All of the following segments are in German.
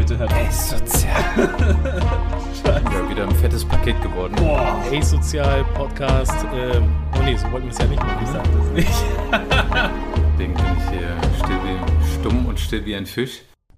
bitte hört auf. Sozial. Ja, wieder ein fettes Paket geworden. Boah, Sozial Podcast. Nee, so wollten wir es ja nicht machen. Ich sag das nicht. Deswegen bin ich hier stumm und still wie ein Fisch.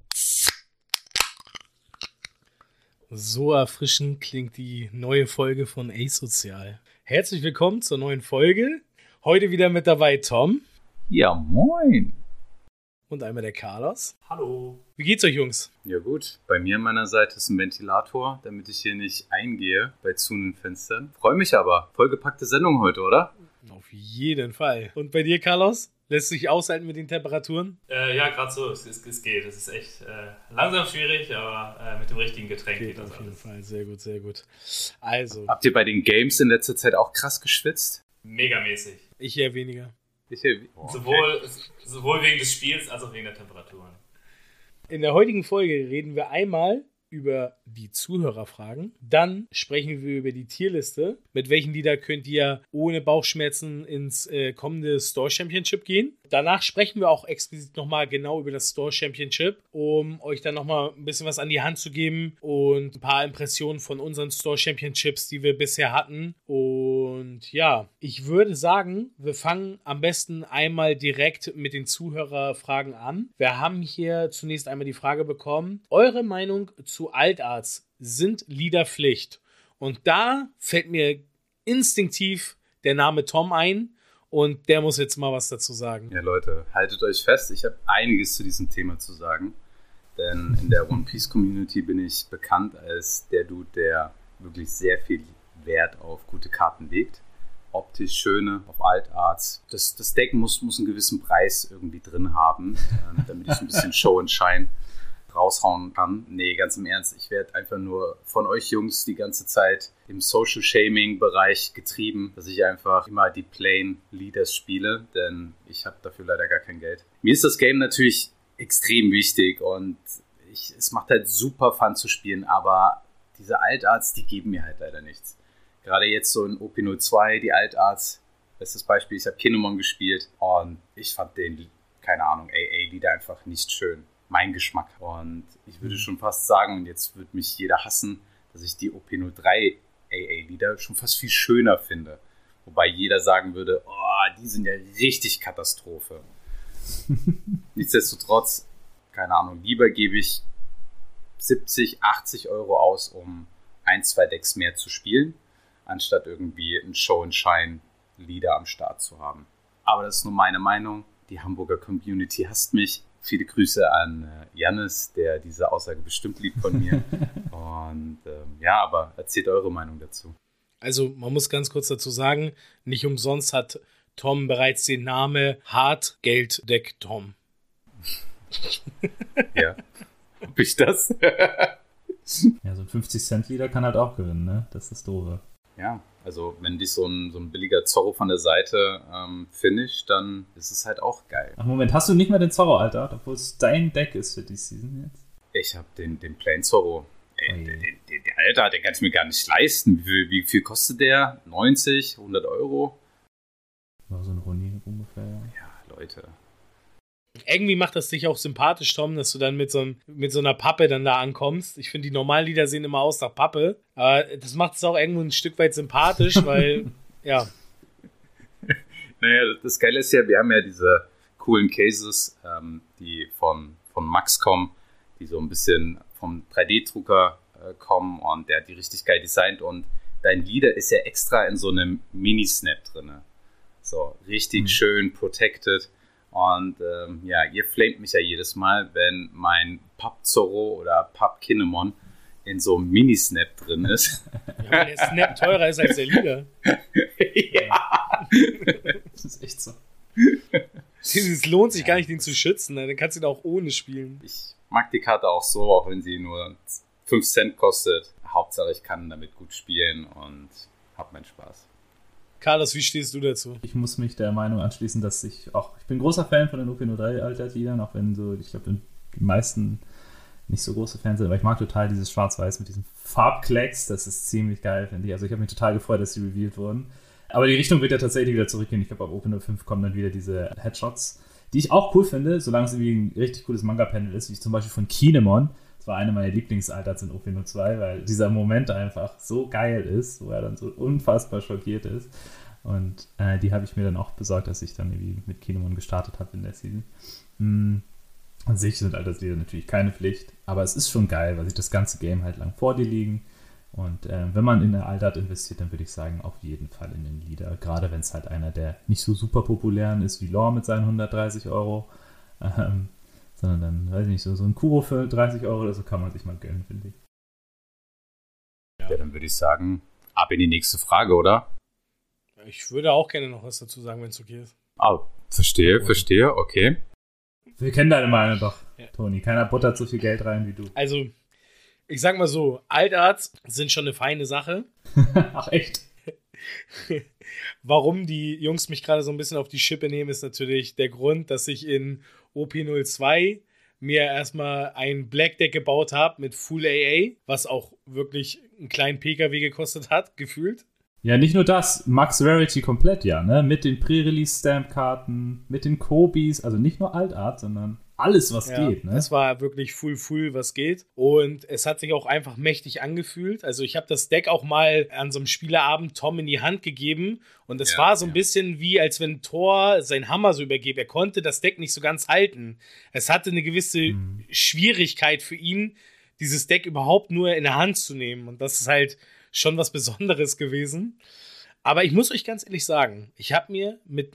So erfrischend klingt die neue Folge von Sozial. Herzlich willkommen zur neuen Folge. Heute wieder mit dabei Tom. Ja, moin. Und einmal der Carlos. Hallo. Wie geht's euch, Jungs? Ja gut, bei mir an meiner Seite ist ein Ventilator, damit ich hier nicht eingehe bei zunehmenden Fenstern. Freue mich aber. Vollgepackte Sendung heute, oder? Auf jeden Fall. Und bei dir, Carlos? Lässt sich aushalten mit den Temperaturen? Ja, gerade so. Es geht. Es ist echt langsam schwierig, aber mit dem richtigen Getränk geht das auf jeden alles. Fall. Sehr gut, sehr gut. Also. Habt ihr bei den Games in letzter Zeit auch krass geschwitzt? Megamäßig. Ich eher weniger. Sowohl wegen des Spiels als auch wegen der Temperaturen. In der heutigen Folge reden wir einmal über die Zuhörerfragen. Dann sprechen wir über die Tierliste. Mit welchen Lieder könnt ihr ohne Bauchschmerzen ins kommende Store Championship gehen. Danach sprechen wir auch explizit nochmal genau über das Store Championship, um euch dann nochmal ein bisschen was an die Hand zu geben und ein paar Impressionen von unseren Store Championships, die wir bisher hatten. Und ja, ich würde sagen, wir fangen am besten einmal direkt mit den Zuhörerfragen an. Wir haben hier zunächst einmal die Frage bekommen, eure Meinung zu Altarts, sind Lieder Pflicht? Und da fällt mir instinktiv der Name Tom ein und der muss jetzt mal was dazu sagen. Ja Leute, haltet euch fest, ich habe einiges zu diesem Thema zu sagen, denn in der One Piece Community bin ich bekannt als der Dude, der wirklich sehr viel Wert auf gute Karten legt. Optisch schöne, auf Altarts. Das Deck muss einen gewissen Preis irgendwie drin haben, damit ich ein bisschen Show and Shine raushauen kann. Nee, ganz im Ernst, ich werde einfach nur von euch Jungs die ganze Zeit im Social Shaming Bereich getrieben, dass ich einfach immer die Plain Leaders spiele, denn ich habe dafür leider gar kein Geld. Mir ist das Game natürlich extrem wichtig und es macht halt super Fun zu spielen, aber diese Altarts, die geben mir halt leider nichts. Gerade jetzt so in OP02, die Altarts, bestes Beispiel, ich habe Kinemon gespielt und ich fand den, keine Ahnung, AA-Lieder einfach nicht schön. Mein Geschmack. Und ich würde schon fast sagen, und jetzt wird mich jeder hassen, dass ich die OP03 AA-Lieder schon fast viel schöner finde. Wobei jeder sagen würde, oh, die sind ja richtig Katastrophe. Nichtsdestotrotz, keine Ahnung, lieber gebe ich 70, 80 Euro aus, um 1-2 Decks mehr zu spielen, anstatt irgendwie ein Show-and-Shine-Lieder am Start zu haben. Aber das ist nur meine Meinung. Die Hamburger Community hasst mich. Viele Grüße an Jannis, der diese Aussage bestimmt liebt von mir. Und ja, aber erzählt eure Meinung dazu. Also man muss ganz kurz dazu sagen, nicht umsonst hat Tom bereits den Namen Hartgelddeck Tom. Ja, hab ich das? Ja, so ein 50-Cent-Lieder kann halt auch gewinnen, ne? Das ist das Doofe. Ja, also wenn dich so ein billiger Zorro von der Seite finisht, dann ist es halt auch geil. Ach Moment, hast du nicht mehr den Zorro, Alter? Obwohl es dein Deck ist für die Season jetzt? Ich hab den Plain Zorro. Der Alter, den kann ich mir gar nicht leisten. Wie viel kostet der? 90, 100 Euro? War so ein Roni ungefähr, ja. Ja, Leute. Irgendwie macht das dich auch sympathisch, Tom, dass du dann mit so einer Pappe dann da ankommst. Ich finde, die normalen Lieder sehen immer aus nach Pappe. Aber das macht es auch irgendwo ein Stück weit sympathisch, weil, ja. Naja, das Geile ist ja, wir haben ja diese coolen Cases, die von Max kommen, die so ein bisschen vom 3D-Drucker kommen und der hat die richtig geil designt und dein Lieder ist ja extra in so einem Mini-Snap drin. So, richtig schön protected. Und ja, ihr flamet mich ja jedes Mal, wenn mein Papp-Zorro oder Papp-Kinemon in so einem Mini-Snap drin ist. Ja, weil der Snap teurer ist als der Lieder. Ja. Das ist echt so. Es lohnt sich gar nicht, den zu schützen. Dann kannst du ihn auch ohne spielen. Ich mag die Karte auch so, auch wenn sie nur 5 Cent kostet. Hauptsache, ich kann damit gut spielen und hab meinen Spaß. Carlos, wie stehst du dazu? Ich muss mich der Meinung anschließen, dass ich bin großer Fan von den OP03 Altarliedern, auch wenn so, ich glaube, die meisten nicht so große Fans sind, aber ich mag total dieses Schwarz-Weiß mit diesen Farbklecks, das ist ziemlich geil, finde ich. Also ich habe mich total gefreut, dass sie revealed wurden. Aber die Richtung wird ja tatsächlich wieder zurückgehen. Ich glaube, auf OP05 kommen dann wieder diese Headshots, die ich auch cool finde, solange es irgendwie ein richtig cooles Manga-Panel ist, wie zum Beispiel von Kinemon. Das war eine meiner Lieblingsalters in OP02, weil dieser Moment einfach so geil ist, wo er dann so unfassbar schockiert ist. Und die habe ich mir dann auch besorgt, dass ich dann irgendwie mit Kinemon gestartet habe in der Season. An sich sind Alterslieder natürlich keine Pflicht, aber es ist schon geil, weil sich das ganze Game halt lang vor dir liegen. Und wenn man in eine Altart investiert, dann würde ich sagen, auf jeden Fall in den Leader. Gerade wenn es halt einer der nicht so super populären ist wie Lore mit seinen 130 Euro. Sondern dann, weiß ich nicht, so ein Kuro für 30 Euro oder so kann man sich mal gönnen, finde ich. Ja, dann würde ich sagen, ab in die nächste Frage, oder? Ich würde auch gerne noch was dazu sagen, wenn es okay ist. Ah, verstehe, okay. Wir kennen deine Meinung doch, Ja. Toni. Keiner buttert so viel Geld rein wie du. Also, ich sag mal so, Altarts sind schon eine feine Sache. Ach, echt? Warum die Jungs mich gerade so ein bisschen auf die Schippe nehmen, ist natürlich der Grund, dass ich in OP02 mir erstmal ein Black Deck gebaut habe mit Full AA, was auch wirklich einen kleinen PKW gekostet hat, gefühlt. Ja, nicht nur das, Max Rarity komplett, ja, ne? Mit den Pre-Release-Stamp-Karten, mit den Kobis, also nicht nur Altart, sondern alles, was geht, ne? Das war wirklich full, was geht. Und es hat sich auch einfach mächtig angefühlt. Also ich habe das Deck auch mal an so einem Spielerabend Tom in die Hand gegeben. Und es war so ein bisschen wie, als wenn Thor seinen Hammer so übergeht. Er konnte das Deck nicht so ganz halten. Es hatte eine gewisse Schwierigkeit für ihn, dieses Deck überhaupt nur in der Hand zu nehmen. Und das ist halt schon was Besonderes gewesen. Aber ich muss euch ganz ehrlich sagen, ich habe mir mit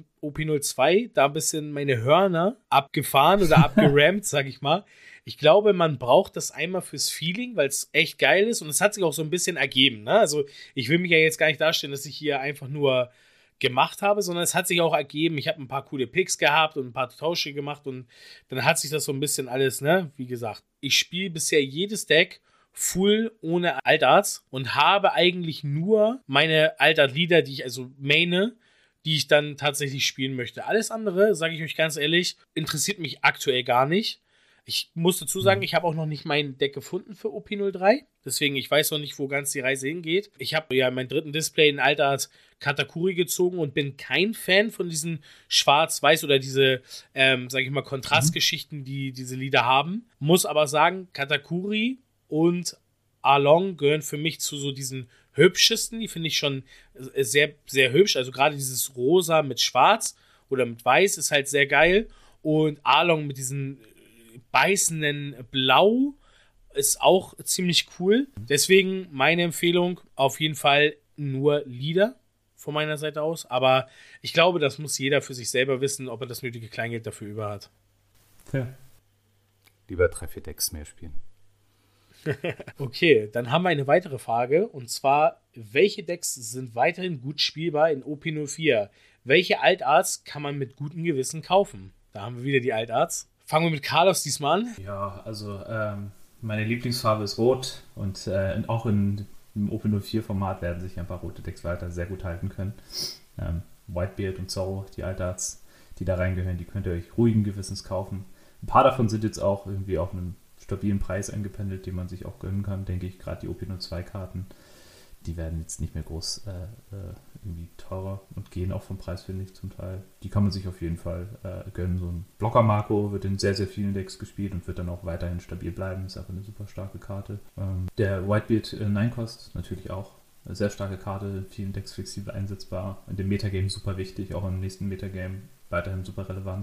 OP02 da ein bisschen meine Hörner abgefahren oder abgerammt, sag ich mal. Ich glaube, man braucht das einmal fürs Feeling, weil es echt geil ist und es hat sich auch so ein bisschen ergeben. Ne? Also ich will mich ja jetzt gar nicht darstellen, dass ich hier einfach nur gemacht habe, sondern es hat sich auch ergeben. Ich habe ein paar coole Picks gehabt und ein paar Tausche gemacht und dann hat sich das so ein bisschen alles, ne, wie gesagt. Ich spiele bisher jedes Deck full ohne Altarts und habe eigentlich nur meine Altart-Lieder, die ich also maine, die ich dann tatsächlich spielen möchte. Alles andere, sage ich euch ganz ehrlich, interessiert mich aktuell gar nicht. Ich muss dazu sagen, ich habe auch noch nicht mein Deck gefunden für OP03. Deswegen, ich weiß noch nicht, wo ganz die Reise hingeht. Ich habe ja meinen dritten Display in Altart Katakuri gezogen und bin kein Fan von diesen Schwarz-Weiß oder diese, sage ich mal, Kontrastgeschichten, die diese Lieder haben. Muss aber sagen, Katakuri und Along gehören für mich zu so diesen hübschesten. Die finde ich schon sehr, sehr hübsch. Also gerade dieses Rosa mit Schwarz oder mit Weiß ist halt sehr geil. Und Along mit diesem beißenden Blau ist auch ziemlich cool. Deswegen meine Empfehlung auf jeden Fall nur Lieder von meiner Seite aus. Aber ich glaube, das muss jeder für sich selber wissen, ob er das nötige Kleingeld dafür über hat. Ja. Lieber 3-4 Decks mehr spielen. Okay, dann haben wir eine weitere Frage und zwar, welche Decks sind weiterhin gut spielbar in OP04? Welche Altarts kann man mit gutem Gewissen kaufen? Da haben wir wieder die Altarts. Fangen wir mit Carlos diesmal an. Ja, also meine Lieblingsfarbe ist Rot und auch im OP04-Format werden sich ein paar rote Decks weiter sehr gut halten können. Whitebeard und Zorro, die Altarts, die da reingehören, die könnt ihr euch ruhigen Gewissens kaufen. Ein paar davon sind jetzt auch irgendwie auf einem stabilen Preis eingependelt, den man sich auch gönnen kann, denke ich. Gerade die OP02-Karten, die werden jetzt nicht mehr groß irgendwie teurer und gehen auch vom Preis, finde ich, zum Teil. Die kann man sich auf jeden Fall gönnen. So ein Blocker-Marco wird in sehr, sehr vielen Decks gespielt und wird dann auch weiterhin stabil bleiben. Ist einfach eine super starke Karte. Der Whitebeard 9-Cost natürlich auch eine sehr starke Karte, in vielen Decks flexibel einsetzbar. In dem Metagame super wichtig, auch im nächsten Metagame weiterhin super relevant.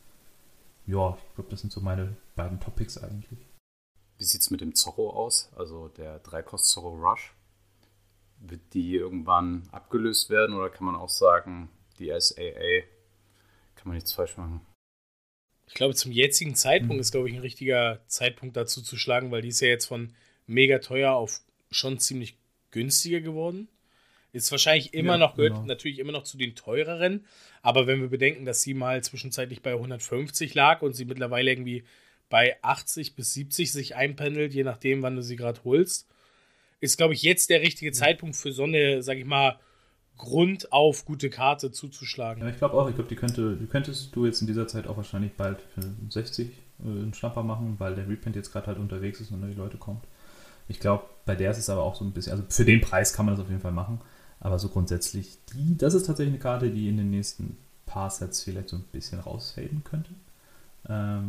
Ja, ich glaube, das sind so meine beiden Top-Picks eigentlich. Wie sieht es mit dem Zorro aus? Also der 3-Cost Zorro Rush. Wird die irgendwann abgelöst werden oder kann man auch sagen, die SAA kann man nichts falsch machen? Ich glaube, zum jetzigen Zeitpunkt ist, glaube ich, ein richtiger Zeitpunkt dazu zu schlagen, weil die ist ja jetzt von mega teuer auf schon ziemlich günstiger geworden. Ist wahrscheinlich immer noch, gehört natürlich immer noch zu den teureren, aber wenn wir bedenken, dass sie mal zwischenzeitlich bei 150 lag und sie mittlerweile irgendwie bei 80 bis 70 sich einpendelt, je nachdem, wann du sie gerade holst, ist, glaube ich, jetzt der richtige Zeitpunkt für so eine, sag ich mal, Grund auf gute Karte zuzuschlagen. Ja, ich glaube auch. Ich glaube, die könntest du jetzt in dieser Zeit auch wahrscheinlich bald für 60 einen Schnapper machen, weil der Repaint jetzt gerade halt unterwegs ist und neue Leute kommt. Ich glaube, bei der ist es aber auch so ein bisschen, also für den Preis kann man das auf jeden Fall machen, aber so grundsätzlich, das ist tatsächlich eine Karte, die in den nächsten paar Sets vielleicht so ein bisschen rausfaden könnte.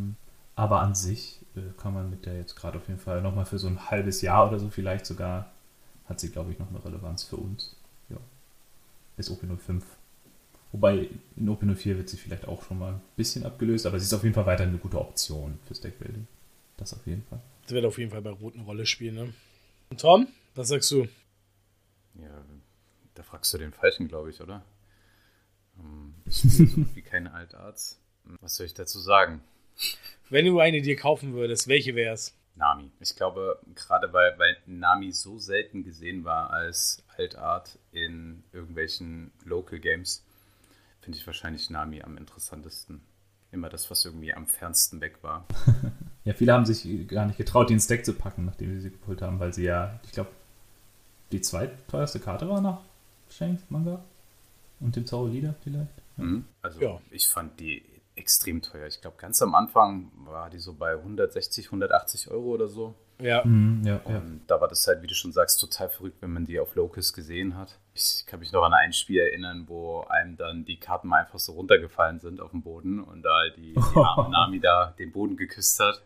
Aber an sich kann man mit der jetzt gerade auf jeden Fall nochmal für so ein halbes Jahr oder so vielleicht sogar, hat sie, glaube ich, noch eine Relevanz für uns. Ja. Ist OP05. Wobei in OP04 wird sie vielleicht auch schon mal ein bisschen abgelöst, aber sie ist auf jeden Fall weiterhin eine gute Option fürs Deckbuilding. Das auf jeden Fall. Das wird auf jeden Fall bei Rot eine Rolle spielen, ne? Und Tom, was sagst du? Ja, da fragst du den Falschen, glaube ich, oder? Ich spiele so gut wie keine Altarts. Was soll ich dazu sagen? Wenn du eine dir kaufen würdest, welche wär's? Nami. Ich glaube, gerade weil Nami so selten gesehen war als Altart in irgendwelchen Local Games, finde ich wahrscheinlich Nami am interessantesten. Immer das, was irgendwie am fernsten weg war. Ja, viele haben sich gar nicht getraut, die ins Deck zu packen, nachdem sie geholt haben, weil sie ja, ich glaube, die zweiteuerste Karte war nach Shanks Manga und dem Zorro Leader vielleicht. Ja. Also ja. Ich fand die extrem teuer. Ich glaube, ganz am Anfang war die so bei 160, 180 Euro oder so. Ja. Ja. Und da war das halt, wie du schon sagst, total verrückt, wenn man die auf Locus gesehen hat. Ich kann mich noch an ein Spiel erinnern, wo einem dann die Karten mal einfach so runtergefallen sind auf den Boden und da die Nami da den Boden geküsst hat.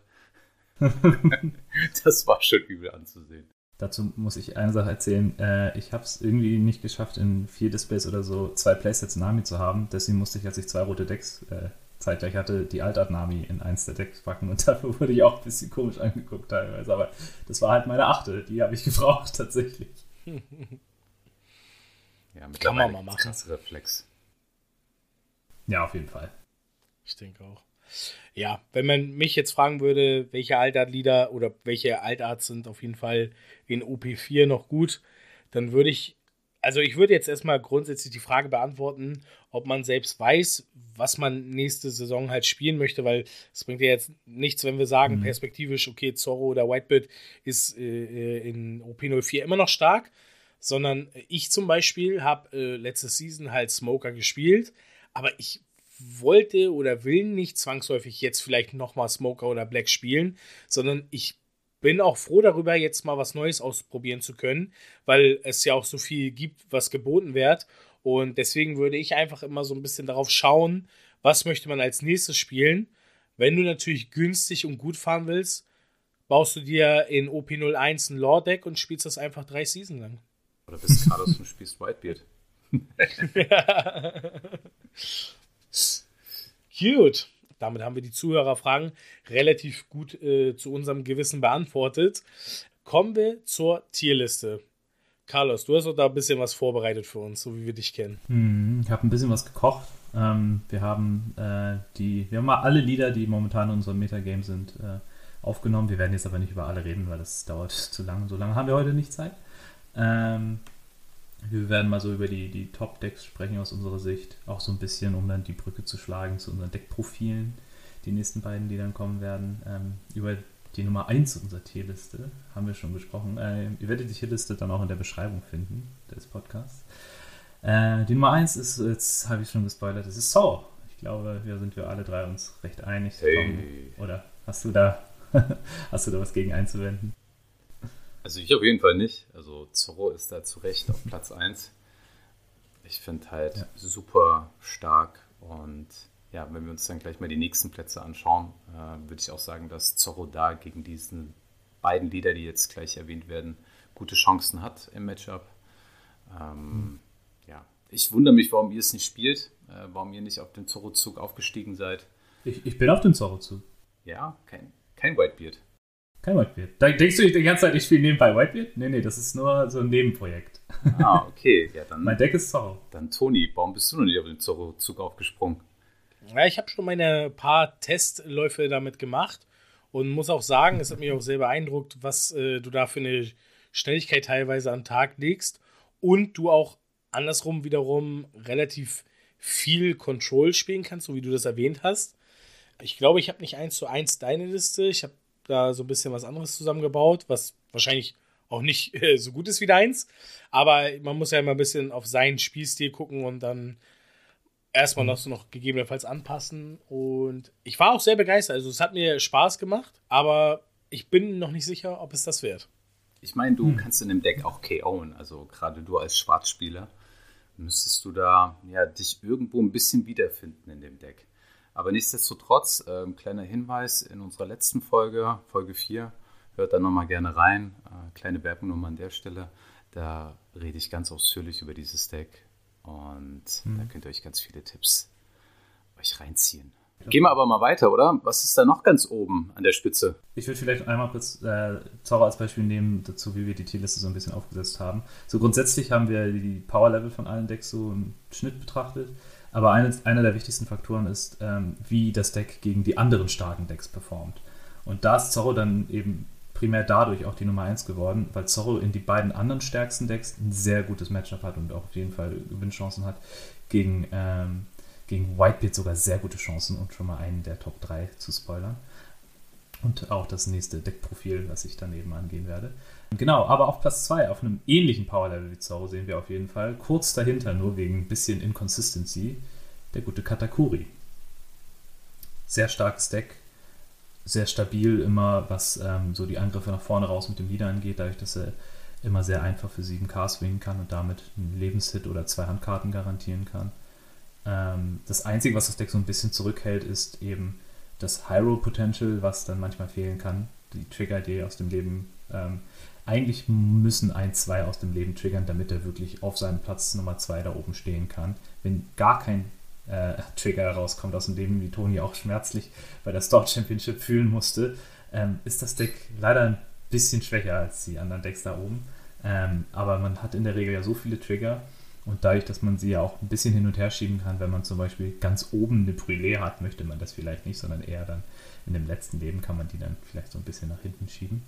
Das war schon übel anzusehen. Dazu muss ich eine Sache erzählen. Ich habe es irgendwie nicht geschafft, in 4 Displays oder so 2 Playsets Nami zu haben. Deswegen musste ich, als ich 2 rote Decks zeitgleich hatte, die Altart Nami in eins der Decks packen. Und dafür wurde ich auch ein bisschen komisch angeguckt teilweise. Aber das war halt meine 8. Die habe ich gebraucht tatsächlich. Ja, mittlerweile kann man mal machen. Krass Reflex. Ja, auf jeden Fall. Ich denke auch. Ja, wenn man mich jetzt fragen würde, welche Altart-Lieder oder welche Altarts sind auf jeden Fall in OP4 noch gut, dann würde ich würde jetzt erstmal grundsätzlich die Frage beantworten, ob man selbst weiß, was man nächste Saison halt spielen möchte, weil es bringt ja jetzt nichts, wenn wir sagen, perspektivisch, okay, Zorro oder Whitebeard ist in OP04 immer noch stark, sondern ich zum Beispiel habe letzte Season halt Smoker gespielt, aber ich wollte oder will nicht zwangsläufig jetzt vielleicht nochmal Smoker oder Black spielen, sondern ich bin auch froh darüber, jetzt mal was Neues ausprobieren zu können, weil es ja auch so viel gibt, was geboten wird. Und deswegen würde ich einfach immer so ein bisschen darauf schauen, was möchte man als nächstes spielen. Wenn du natürlich günstig und gut fahren willst, baust du dir in OP01 ein Lore-Deck und spielst das einfach 3 Season lang. Oder bist Carlos und spielst Whitebeard. Gut. Damit haben wir die Zuhörerfragen relativ gut zu unserem Gewissen beantwortet. Kommen wir zur Tierliste. Carlos, du hast doch da ein bisschen was vorbereitet für uns, so wie wir dich kennen. Ich habe ein bisschen was gekocht. Wir haben mal alle Lieder, die momentan in unserem Metagame sind, aufgenommen. Wir werden jetzt aber nicht über alle reden, weil das dauert zu lange. So lange haben wir heute nicht Zeit. Wir werden mal so über die Top-Decks sprechen aus unserer Sicht. Auch so ein bisschen, um dann die Brücke zu schlagen zu unseren Deckprofilen. Die nächsten beiden, die dann kommen werden. Über die Nummer 1 unserer Tierliste haben wir schon gesprochen. Ihr werdet die Tierliste dann auch in der Beschreibung finden des Podcasts. Die Nummer 1 ist, jetzt habe ich schon gespoilert, das ist Saw. Ich glaube, wir sind alle drei uns recht einig. Hey. Oder hast du da was gegen einzuwenden? Also ich auf jeden Fall nicht. Also Zorro ist da zu Recht auf Platz 1. Ich finde halt super stark und ja, wenn wir uns dann gleich mal die nächsten Plätze anschauen, würde ich auch sagen, dass Zorro da gegen diesen beiden Lieder, die jetzt gleich erwähnt werden, gute Chancen hat im Matchup. Ja, ich wundere mich, warum ihr es nicht spielt, warum ihr nicht auf den Zorro-Zug aufgestiegen seid. Ich bin auf dem Zorro-Zug. Ja, kein Whitebeard. Kein Whitebeard. Da denkst du die ganze Zeit, ich spiele nebenbei Whitebeard? Nee, das ist nur so ein Nebenprojekt. Ah, okay. Ja, dann, mein Deck ist Zorro. Dann Toni, warum bist du noch nicht auf den Zorro-Zug aufgesprungen? Ja, ich habe schon meine paar Testläufe damit gemacht und muss auch sagen, es hat mich auch sehr beeindruckt, was du da für eine Schnelligkeit teilweise am Tag legst und du auch andersrum wiederum relativ viel Control spielen kannst, so wie du das erwähnt hast. Ich glaube, ich habe nicht 1:1 deine Liste, ich habe da so ein bisschen was anderes zusammengebaut, was wahrscheinlich auch nicht so gut ist wie deins, aber man muss ja immer ein bisschen auf seinen Spielstil gucken und dann erstmal noch gegebenenfalls anpassen und ich war auch sehr begeistert, also es hat mir Spaß gemacht, aber ich bin noch nicht sicher, ob es das wird. Ich meine, du kannst in dem Deck auch KO'en, also gerade du als Schwarzspieler müsstest du da ja dich irgendwo ein bisschen wiederfinden in dem Deck. Aber nichtsdestotrotz, kleiner Hinweis in unserer letzten Folge, Folge 4, hört da nochmal gerne rein. Kleine Werbung nochmal an der Stelle. Da rede ich ganz ausführlich über dieses Deck und da könnt ihr euch ganz viele Tipps euch reinziehen. Gehen wir aber mal weiter, oder? Was ist da noch ganz oben an der Spitze? Ich würde vielleicht einmal kurz Zorro als Beispiel nehmen, dazu, wie wir die Tierliste so ein bisschen aufgesetzt haben. So grundsätzlich haben wir die Power-Level von allen Decks so im Schnitt betrachtet. Aber einer der wichtigsten Faktoren ist, wie das Deck gegen die anderen starken Decks performt. Und da ist Zorro dann eben primär dadurch auch die Nummer 1 geworden, weil Zorro in die beiden anderen stärksten Decks ein sehr gutes Matchup hat und auch auf jeden Fall Gewinnchancen hat. Gegen Whitebeard sogar sehr gute Chancen, um schon mal einen der Top 3 zu spoilern. Und auch das nächste Deckprofil, was ich daneben angehen werde. Genau, aber auf Platz 2, auf einem ähnlichen Powerlevel wie Zorro, sehen wir auf jeden Fall, kurz dahinter, nur wegen ein bisschen Inconsistency, der gute Katakuri. Sehr starkes Deck, sehr stabil immer, was so die Angriffe nach vorne raus mit dem Leader angeht, dadurch, dass er immer sehr einfach für 7K swingen kann und damit einen Lebenshit oder 2 Handkarten garantieren kann. Das Einzige, was das Deck so ein bisschen zurückhält, ist eben das Hyrule-Potential, was dann manchmal fehlen kann. Die Trigger, die aus dem Leben eigentlich müssen 1-2 aus dem Leben triggern, damit er wirklich auf seinem Platz Nummer 2 da oben stehen kann. Wenn gar kein Trigger rauskommt aus dem Leben, wie Toni auch schmerzlich bei der Store Championship fühlen musste, ist das Deck leider ein bisschen schwächer als die anderen Decks da oben. Aber man hat in der Regel ja so viele Trigger und dadurch, dass man sie ja auch ein bisschen hin und her schieben kann, wenn man zum Beispiel ganz oben eine Brûlée hat, möchte man das vielleicht nicht, sondern eher dann in dem letzten Leben kann man die dann vielleicht so ein bisschen nach hinten schieben.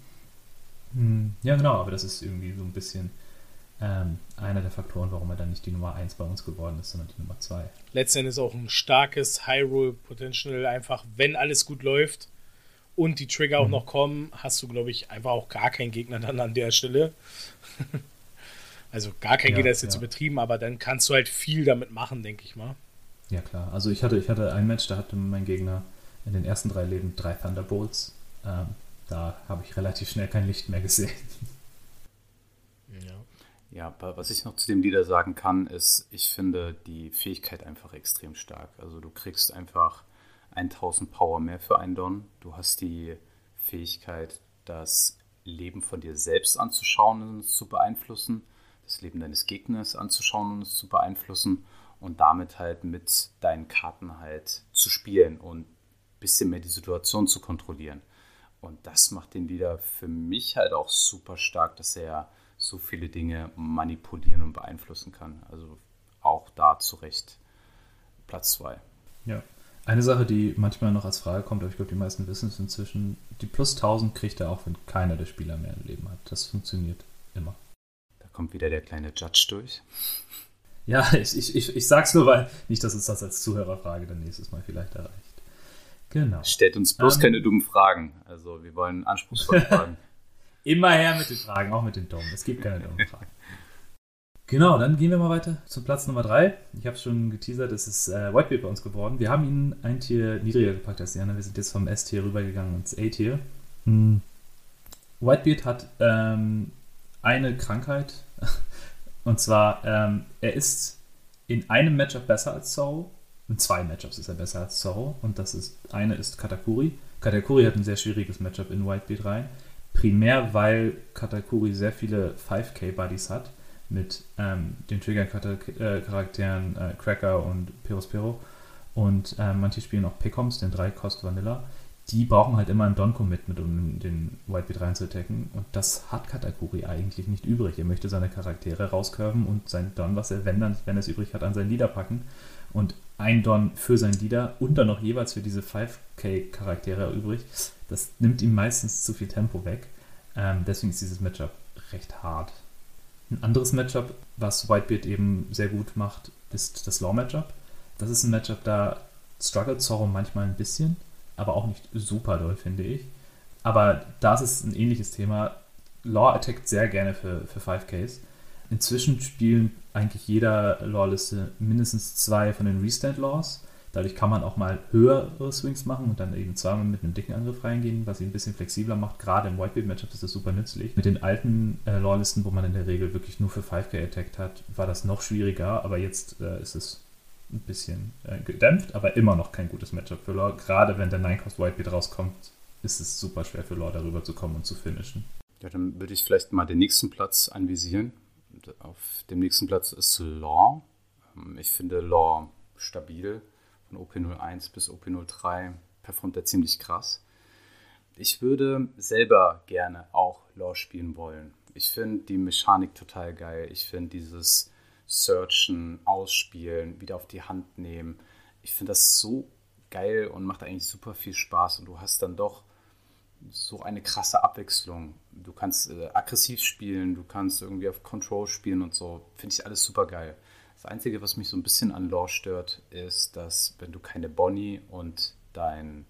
Ja, genau, aber das ist irgendwie so ein bisschen einer der Faktoren, warum er dann nicht die Nummer 1 bei uns geworden ist, sondern die Nummer 2. Letztendlich auch ein starkes Hyrule-Potential, einfach wenn alles gut läuft und die Trigger auch noch kommen, hast du, glaube ich, einfach auch gar keinen Gegner dann an der Stelle. Also gar kein Gegner ist jetzt übertrieben, aber dann kannst du halt viel damit machen, denke ich mal. Ja, klar. Also ich hatte ein Match, da hatte mein Gegner in den ersten 3 Leben 3 Thunderbolts. Da habe ich relativ schnell kein Licht mehr gesehen. Ja, was ich noch zu dem Leader sagen kann, ist, ich finde die Fähigkeit einfach extrem stark. Also du kriegst einfach 1000 Power mehr für einen Don. Du hast die Fähigkeit, das Leben von dir selbst anzuschauen und es zu beeinflussen, das Leben deines Gegners anzuschauen und es zu beeinflussen und damit halt mit deinen Karten halt zu spielen und ein bisschen mehr die Situation zu kontrollieren. Und das macht den Leader für mich halt auch super stark, dass er so viele Dinge manipulieren und beeinflussen kann. Also auch da zu Recht Platz 2. Ja. Eine Sache, die manchmal noch als Frage kommt, aber ich glaube, die meisten wissen es inzwischen, die plus 1000 kriegt er auch, wenn keiner der Spieler mehr ein Leben hat. Das funktioniert immer. Da kommt wieder der kleine Judge durch. Ja, ich sag's nur, weil nicht, dass uns das als Zuhörerfrage dann nächstes Mal vielleicht erreicht. Genau. Stellt uns bloß keine dummen Fragen. Also wir wollen anspruchsvolle Fragen. Immer her mit den Fragen, auch mit den dummen. Es gibt keine dummen Fragen. Genau, dann gehen wir mal weiter zum Platz Nummer 3. Ich habe es schon geteasert, es ist Whitebeard bei uns geworden. Wir haben ihn ein Tier niedriger gepackt als die anderen. Wir sind jetzt vom S-Tier rübergegangen ins A-Tier. Whitebeard hat eine Krankheit. Und zwar, er ist in einem Matchup besser als Zorro. In 2 Matchups ist er besser als Zorro. Und eine ist Katakuri. Katakuri hat ein sehr schwieriges Matchup in Whitebeard rein. Primär, weil Katakuri sehr viele 5K-Buddies hat. Mit den Trigger-Charakteren Cracker und Perospero. Und manche spielen auch Pecoms, den 3-Cost Vanilla. Die brauchen halt immer einen Don-Commit mit, um den Whitebeard reinzuattacken. Und das hat Katakuri eigentlich nicht übrig. Er möchte seine Charaktere rauscurven und sein Don, was er, wenn er es übrig hat, an seinen Leader packen. Und ein Don für seinen Leader und dann noch jeweils für diese 5K-Charaktere übrig. Das nimmt ihm meistens zu viel Tempo weg. Deswegen ist dieses Matchup recht hart. Ein anderes Matchup, was Whitebeard eben sehr gut macht, ist das Law-Matchup. Das ist ein Matchup, da struggelt Zorro manchmal ein bisschen, aber auch nicht super doll, finde ich. Aber das ist ein ähnliches Thema. Law attackt sehr gerne für 5Ks. Inzwischen spielen eigentlich jeder Law-Liste mindestens 2 von den Restand-Laws. Dadurch kann man auch mal höhere Swings machen und dann eben zweimal mit einem dicken Angriff reingehen, was ihn ein bisschen flexibler macht. Gerade im Whitebeard-Matchup ist das super nützlich. Mit den alten Law-Listen, wo man in der Regel wirklich nur für 5K attackt hat, war das noch schwieriger, aber jetzt ist es ein bisschen gedämpft, aber immer noch kein gutes Matchup für Law. Gerade wenn der 9-Cost Whitebeard rauskommt, ist es super schwer für Law darüber zu kommen und zu finishen. Ja, dann würde ich vielleicht mal den nächsten Platz anvisieren. Auf dem nächsten Platz ist Law. Ich finde Law stabil. Von OP01 bis OP03 performt er ziemlich krass. Ich würde selber gerne auch Law spielen wollen. Ich finde die Mechanik total geil. Ich finde dieses Searchen, Ausspielen, wieder auf die Hand nehmen. Ich finde das so geil und macht eigentlich super viel Spaß. Und du hast dann doch so eine krasse Abwechslung. Du kannst aggressiv spielen, du kannst irgendwie auf Control spielen und so. Finde ich alles super geil. Das Einzige, was mich so ein bisschen an Law stört, ist, dass wenn du keine Bonnie und dein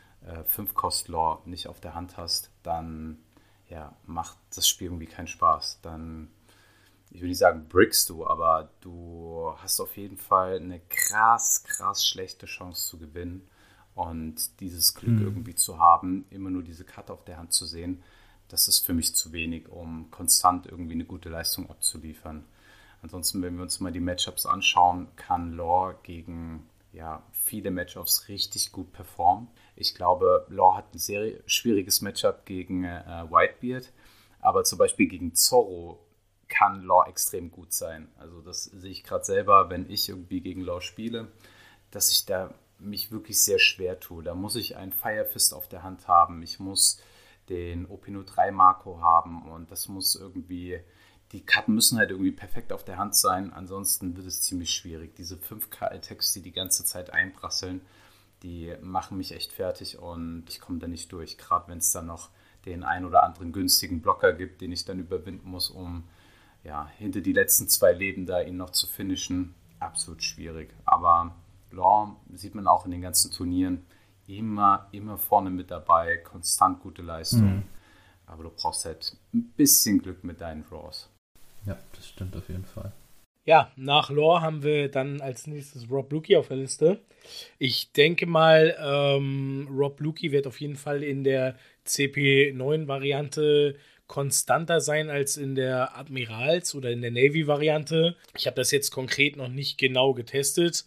5-Cost-Law nicht auf der Hand hast, dann macht das Spiel irgendwie keinen Spaß. Dann, ich will nicht sagen, brickst du, aber du hast auf jeden Fall eine krass schlechte Chance zu gewinnen. Und dieses Glück irgendwie zu haben, immer nur diese Karte auf der Hand zu sehen, das ist für mich zu wenig, um konstant irgendwie eine gute Leistung abzuliefern. Ansonsten, wenn wir uns mal die Matchups anschauen, kann Law gegen viele Matchups richtig gut performen. Ich glaube, Law hat ein sehr schwieriges Matchup gegen Whitebeard, aber zum Beispiel gegen Zorro kann Law extrem gut sein. Also das sehe ich gerade selber, wenn ich irgendwie gegen Law spiele, dass ich da mich wirklich sehr schwer tue. Da muss ich einen Fire Fist auf der Hand haben, ich muss den OP03 Marco haben und das muss irgendwie, die Karten müssen halt irgendwie perfekt auf der Hand sein, ansonsten wird es ziemlich schwierig. Diese 5K-Attacks, die ganze Zeit einprasseln, die machen mich echt fertig und ich komme da nicht durch. Gerade wenn es dann noch den ein oder anderen günstigen Blocker gibt, den ich dann überwinden muss, um hinter die letzten 2 Leben da ihn noch zu finishen. Absolut schwierig. Aber Law sieht man auch in den ganzen Turnieren immer vorne mit dabei, konstant gute Leistung. Aber du brauchst halt ein bisschen Glück mit deinen Draws. Ja, das stimmt auf jeden Fall. Ja, nach Law haben wir dann als nächstes Rob Luki auf der Liste. Ich denke mal, Rob Luki wird auf jeden Fall in der CP9-Variante konstanter sein als in der Admirals- oder in der Navy-Variante. Ich habe das jetzt konkret noch nicht genau getestet.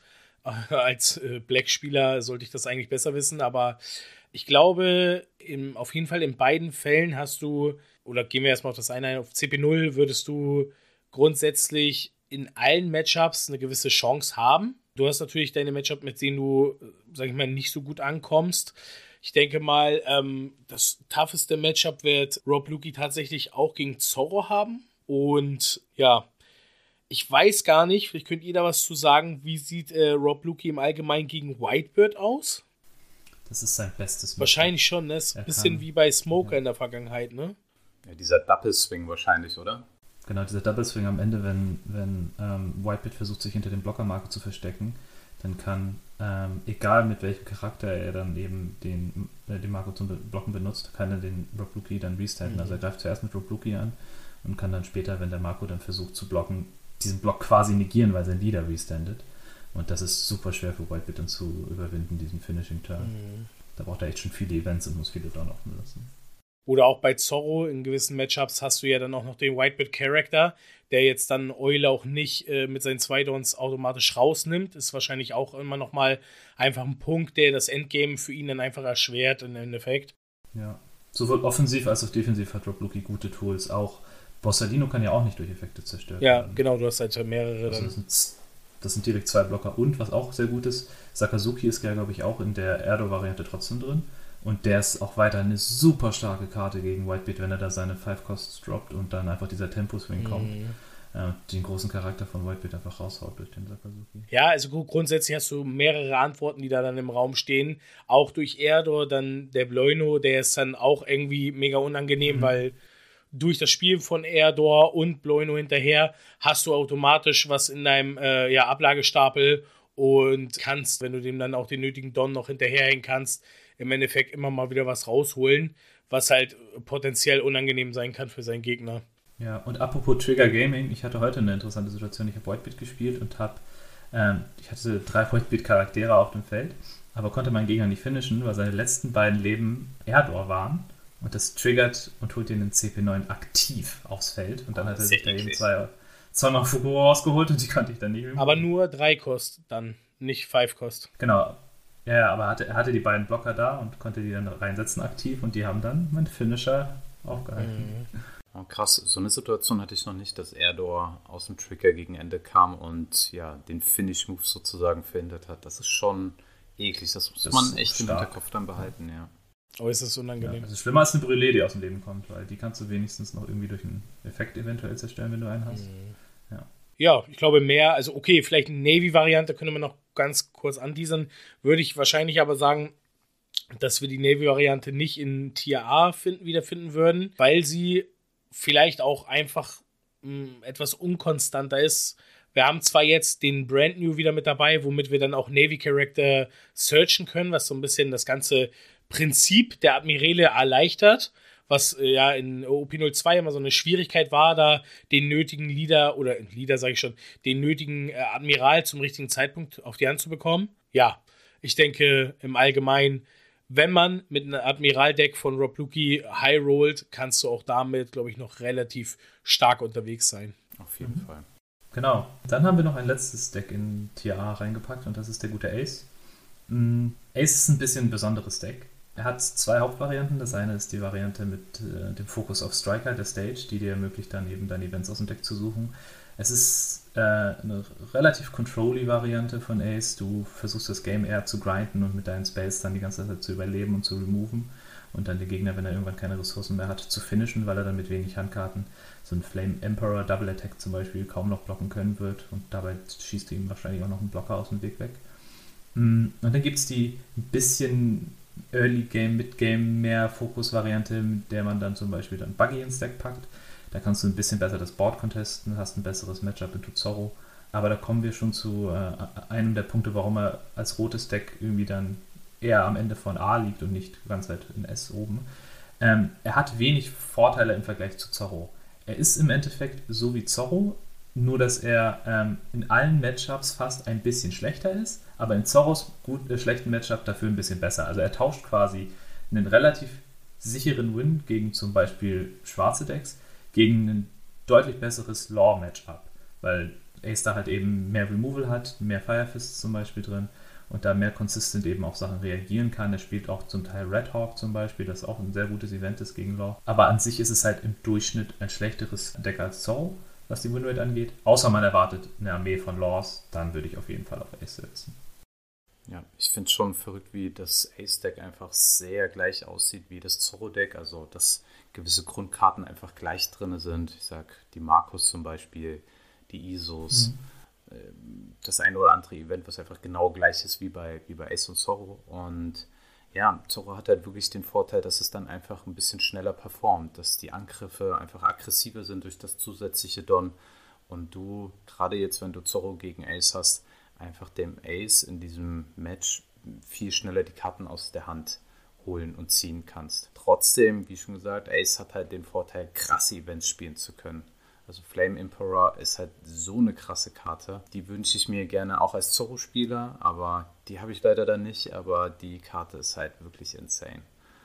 Als Black-Spieler sollte ich das eigentlich besser wissen, aber ich glaube, auf jeden Fall in beiden Fällen hast du, oder gehen wir erstmal auf das eine ein, auf CP0 würdest du grundsätzlich in allen Matchups eine gewisse Chance haben. Du hast natürlich deine Matchup, mit denen du, sag ich mal, nicht so gut ankommst. Ich denke mal, das tougheste Matchup wird Rob Luki tatsächlich auch gegen Zorro haben. Und ja, ich weiß gar nicht, vielleicht könnt ihr da was zu sagen, wie sieht Rob Luki im Allgemeinen gegen Whitebeard aus? Das ist sein bestes Matchup. Wahrscheinlich schon, ne? Ist ein bisschen wie bei Smoker in der Vergangenheit, ne? Ja, dieser Double Swing wahrscheinlich, oder? Genau, dieser Double Swing am Ende, wenn Whitebeard versucht, sich hinter dem Blockermarke zu verstecken, dann kann, egal mit welchem Charakter er dann eben den Marco zum Blocken benutzt, kann er den Rob Luki dann restanden. Also er greift zuerst mit Rob Luki an und kann dann später, wenn der Marco dann versucht zu blocken, diesen Block quasi negieren, weil sein Leader restandet. Und das ist super schwer für Whitebeard dann zu überwinden, diesen Finishing Turn. Da braucht er echt schon viele Events und muss viele Down offen lassen. Oder auch bei Zorro in gewissen Matchups hast du ja dann auch noch den Whitebeard-Charakter, der jetzt dann Eule auch nicht mit seinen 2 Downs automatisch rausnimmt. Ist wahrscheinlich auch immer noch mal einfach ein Punkt, der das Endgame für ihn dann einfach erschwert im Endeffekt. Ja, sowohl offensiv als auch defensiv hat Rob Luki gute Tools. Auch Borsalino kann ja auch nicht durch Effekte zerstört werden. Ja, genau, du hast halt mehrere also dann. Das sind direkt 2 Blocker. Und was auch sehr gut ist, Sakazuki ist ja, glaube ich, auch in der Erdo-Variante trotzdem drin. Und der ist auch weiter eine super starke Karte gegen Whitebeard, wenn er da seine 5-Costs droppt und dann einfach dieser Tempo-Swing kommt. Den großen Charakter von Whitebeard einfach raushaut durch den Sakazuki. Ja, also grundsätzlich hast du mehrere Antworten, die da dann im Raum stehen. Auch durch Erdor, dann der Bloino, der ist dann auch irgendwie mega unangenehm, weil durch das Spiel von Erdor und Bloino hinterher hast du automatisch was in deinem Ablagestapel und kannst, wenn du dem dann auch den nötigen Don noch hinterherhängen kannst, im Endeffekt immer mal wieder was rausholen, was halt potenziell unangenehm sein kann für seinen Gegner. Ja, und apropos Trigger Gaming, ich hatte heute eine interessante Situation. Ich habe Whitebeard gespielt und ich hatte 3 Whitebeard-Charaktere auf dem Feld, aber konnte meinen Gegner nicht finishen, weil seine letzten beiden Leben Erdor waren. Und das triggert und holt ihn in CP9 aktiv aufs Feld. Und dann hat er sich da eben zweimal Fukuro rausgeholt und die konnte ich dann nicht mehr. Aber nur 3 Kost dann. nicht 5-Cost. Genau. Ja, aber er hatte die beiden Blocker da und konnte die dann reinsetzen aktiv und die haben dann mit Finisher aufgehalten. Oh, krass, so eine Situation hatte ich noch nicht, dass Erdor aus dem Trigger gegen Ende kam und ja, den Finish-Move sozusagen verhindert hat. Das ist schon eklig, das muss man echt im Hinterkopf dann behalten, ja. Oh, ist das unangenehm. Ja, das ist schlimmer als eine Brûlée, die aus dem Leben kommt, weil die kannst du wenigstens noch irgendwie durch einen Effekt eventuell zerstören, wenn du einen hast. Ja, ich glaube mehr, also okay, vielleicht eine Navy-Variante könnte man noch ganz kurz anteasern, würde ich wahrscheinlich aber sagen, dass wir die Navy-Variante nicht in Tier A wiederfinden würden, weil sie vielleicht auch einfach etwas unkonstanter ist. Wir haben zwar jetzt den Brand New wieder mit dabei, womit wir dann auch Navy-Charakter searchen können, was so ein bisschen das ganze Prinzip der Admirale erleichtert, was ja in OP02 immer so eine Schwierigkeit war, da den nötigen den nötigen Admiral zum richtigen Zeitpunkt auf die Hand zu bekommen. Ja, ich denke im Allgemeinen, wenn man mit einem Admiral-Deck von Rob Luki high rollt, kannst du auch damit, glaube ich, noch relativ stark unterwegs sein. Auf jeden Fall. Genau. Dann haben wir noch ein letztes Deck in Tier A reingepackt und das ist der gute Ace. Ace ist ein bisschen ein besonderes Deck. Er hat zwei Hauptvarianten. Das eine ist die Variante mit dem Fokus auf Striker, der Stage, die dir ermöglicht, dann eben deine Events aus dem Deck zu suchen. Es ist eine relativ controlly-Variante von Ace. Du versuchst das Game eher zu grinden und mit deinen Spells dann die ganze Zeit zu überleben und zu removen und dann den Gegner, wenn er irgendwann keine Ressourcen mehr hat, zu finishen, weil er dann mit wenig Handkarten so ein Flame Emperor Double Attack zum Beispiel kaum noch blocken können wird und dabei schießt du ihm wahrscheinlich auch noch einen Blocker aus dem Weg weg. Und dann gibt es die ein bisschen Early Game, Mid Game mehr Fokus-Variante, mit der man dann zum Beispiel dann Buggy ins Deck packt. Da kannst du ein bisschen besser das Board contesten, hast ein besseres Matchup into Zorro. Aber da kommen wir schon zu einem der Punkte, warum er als rotes Deck irgendwie dann eher am Ende von A liegt und nicht ganz weit in S oben. Er hat wenig Vorteile im Vergleich zu Zorro. Er ist im Endeffekt so wie Zorro, nur dass er in allen Matchups fast ein bisschen schlechter ist, aber in Zorros schlechten Matchup dafür ein bisschen besser. Also er tauscht quasi einen relativ sicheren Win gegen zum Beispiel schwarze Decks gegen ein deutlich besseres Law-Matchup, weil Ace da halt eben mehr Removal hat, mehr Firefists zum Beispiel drin und da mehr consistent eben auf Sachen reagieren kann. Er spielt auch zum Teil Red Hawk zum Beispiel, das auch ein sehr gutes Event ist gegen Law. Aber an sich ist es halt im Durchschnitt ein schlechteres Deck als Zorro, was die Winrate angeht. Außer man erwartet eine Armee von Laws, dann würde ich auf jeden Fall auf Ace setzen. Ja, ich finde es schon verrückt, wie das Ace-Deck einfach sehr gleich aussieht wie das Zorro-Deck. Also, dass gewisse Grundkarten einfach gleich drin sind. Ich sag, die Markus zum Beispiel, die Isos, das eine oder andere Event, was einfach genau gleich ist wie bei Ace und Zorro. Und ja, Zorro hat halt wirklich den Vorteil, dass es dann einfach ein bisschen schneller performt, dass die Angriffe einfach aggressiver sind durch das zusätzliche Don. Und du, gerade jetzt, wenn du Zorro gegen Ace hast, einfach dem Ace in diesem Match viel schneller die Karten aus der Hand holen und ziehen kannst. Trotzdem, wie schon gesagt, Ace hat halt den Vorteil, krasse Events spielen zu können. Also Flame Emperor ist halt so eine krasse Karte. Die wünsche ich mir gerne auch als Zorro-Spieler, aber die habe ich leider dann nicht. Aber die Karte ist halt wirklich insane.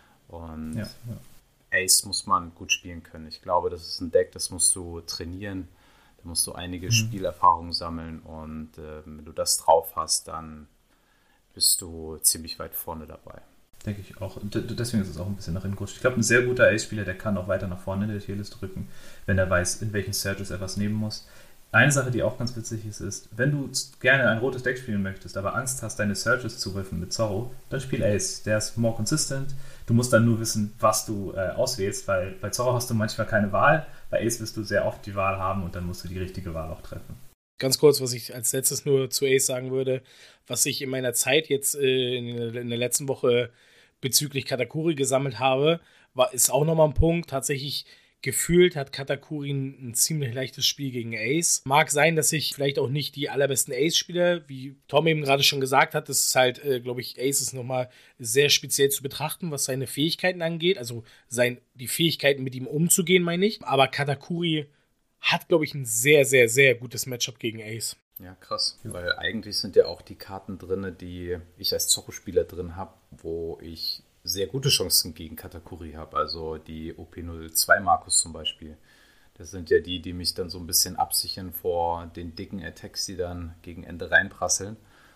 Und Ace muss man gut spielen können. Ich glaube, das ist ein Deck, das musst du trainieren. Da musst du einige Spielerfahrungen sammeln und wenn du das drauf hast, dann bist du ziemlich weit vorne dabei. Denke ich auch. Und deswegen ist es auch ein bisschen nach hinten gerutscht. Ich glaube, ein sehr guter Ace-Spieler, der kann auch weiter nach vorne in der Tierlist rücken, wenn er weiß, in welchen Searches er was nehmen muss. Eine Sache, die auch ganz witzig ist, wenn du gerne ein rotes Deck spielen möchtest, aber Angst hast, deine Searches zu würfeln mit Zorro, dann spiel Ace. Der ist more consistent. Du musst dann nur wissen, was du auswählst, weil bei Zorro hast du manchmal keine Wahl. Bei Ace wirst du sehr oft die Wahl haben und dann musst du die richtige Wahl auch treffen. Ganz kurz, was ich als letztes nur zu Ace sagen würde, was ich in meiner Zeit jetzt in der letzten Woche bezüglich Katakuri gesammelt habe, ist auch nochmal ein Punkt. Tatsächlich gefühlt hat Katakuri ein ziemlich leichtes Spiel gegen Ace. Mag sein, dass ich vielleicht auch nicht die allerbesten Ace-Spieler, wie Tom eben gerade schon gesagt hat, das ist halt, glaube ich, Ace ist nochmal sehr speziell zu betrachten, was seine Fähigkeiten angeht. Also die Fähigkeiten, mit ihm umzugehen, meine ich. Aber Katakuri hat, glaube ich, ein sehr, sehr, sehr gutes Matchup gegen Ace. Ja, krass. Weil eigentlich sind ja auch die Karten drin, die ich als Zorro-Spieler drin habe, wo ich sehr gute Chancen gegen Katakuri habe. Also die OP02 Markus zum Beispiel. Das sind ja die mich dann so ein bisschen absichern vor den dicken Attacks, die dann gegen Ende reinprasseln.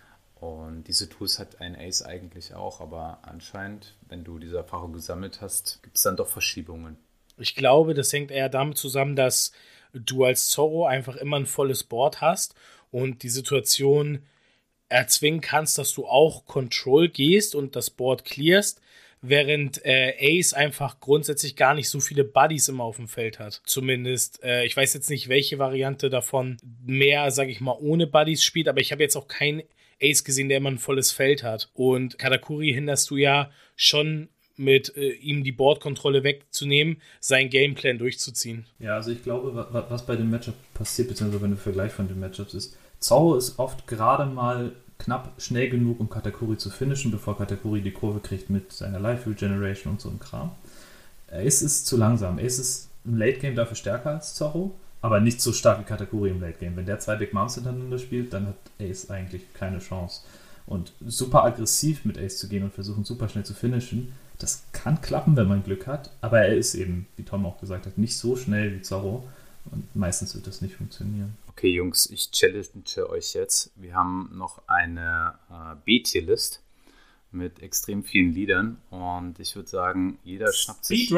Und diese Tools hat ein Ace eigentlich auch, aber anscheinend, wenn du diese Erfahrung gesammelt hast, gibt es dann doch Verschiebungen. Ich glaube, das hängt eher damit zusammen, dass du als Zorro einfach immer ein volles Board hast und die Situation erzwingen kannst, dass du auch Control gehst und das Board clearst, während Ace einfach grundsätzlich gar nicht so viele Buddies immer auf dem Feld hat. Zumindest, ich weiß jetzt nicht, welche Variante davon mehr, sag ich mal, ohne Buddies spielt, aber ich habe jetzt auch keinen Ace gesehen, der immer ein volles Feld hat. Und Katakuri hinderst du ja schon mit ihm die Boardkontrolle wegzunehmen, seinen Gameplan durchzuziehen. Ja, also ich glaube, was bei dem Matchup passiert, beziehungsweise wenn der Vergleich von den Matchups ist, Zorro ist oft gerade mal knapp schnell genug, um Katakuri zu finishen, bevor Katakuri die Kurve kriegt mit seiner Life Regeneration und so einem Kram. Ace ist zu langsam. Ace ist im Late Game dafür stärker als Zorro, aber nicht so stark wie Katakuri im Late Game. Wenn der 2 Big Moms hintereinander spielt, dann hat Ace eigentlich keine Chance. Und super aggressiv mit Ace zu gehen und versuchen super schnell zu finishen, das kann klappen, wenn man Glück hat, aber er ist eben, wie Tom auch gesagt hat, nicht so schnell wie Zorro und meistens wird das nicht funktionieren. Okay, Jungs, ich challenge euch jetzt. Wir haben noch eine B-Tier-List mit extrem vielen Liedern und ich würde sagen, jeder schnappt sich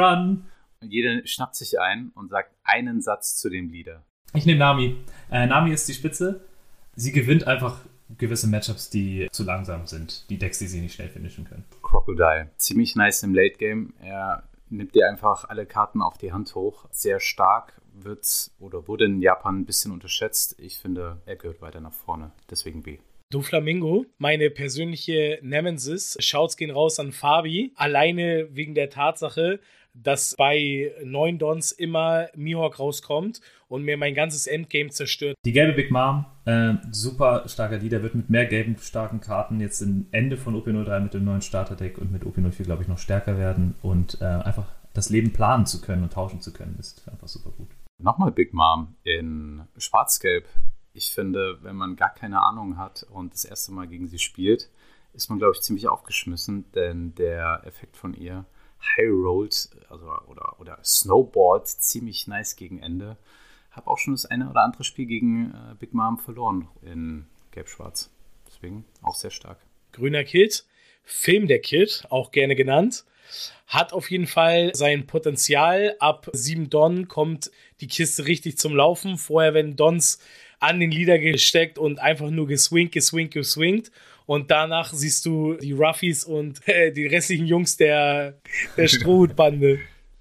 ein und sagt einen Satz zu dem Lieder. Ich nehme Nami. Nami ist die Spitze. Sie gewinnt einfach gewisse Matchups, die zu langsam sind. Die Decks, die sie nicht schnell finishen können. Crocodile. Ziemlich nice im Late Game. Er nimmt dir einfach alle Karten auf die Hand hoch. Sehr stark, wurde in Japan ein bisschen unterschätzt. Ich finde, er gehört weiter nach vorne. Deswegen B. Doflamingo, meine persönliche Nemesis. Shouts gehen raus an Fabi. Alleine wegen der Tatsache, dass bei 9 Dons immer Mihawk rauskommt und mir mein ganzes Endgame zerstört. Die gelbe Big Mom, super starker Leader, wird mit mehr gelben starken Karten jetzt im Ende von OP03 mit dem neuen Starterdeck und mit OP04, glaube ich, noch stärker werden und einfach das Leben planen zu können und tauschen zu können, ist einfach super gut. Nochmal Big Mom in Schwarz-Gelb. Ich finde, wenn man gar keine Ahnung hat und das erste Mal gegen sie spielt, ist man, glaube ich, ziemlich aufgeschmissen, denn der Effekt von ihr High Rolls oder Snowboard ziemlich nice gegen Ende. Habe auch schon das eine oder andere Spiel gegen Big Mom verloren in Gelb-Schwarz. Deswegen auch sehr stark. Grüner Kid, Film der Kid, auch gerne genannt, hat auf jeden Fall sein Potenzial. Ab 7 Don kommt die Kiste richtig zum Laufen. Vorher werden Dons an den Leader gesteckt und einfach nur geswingt. Und danach siehst du die Ruffies und die restlichen Jungs der Strohhutbande.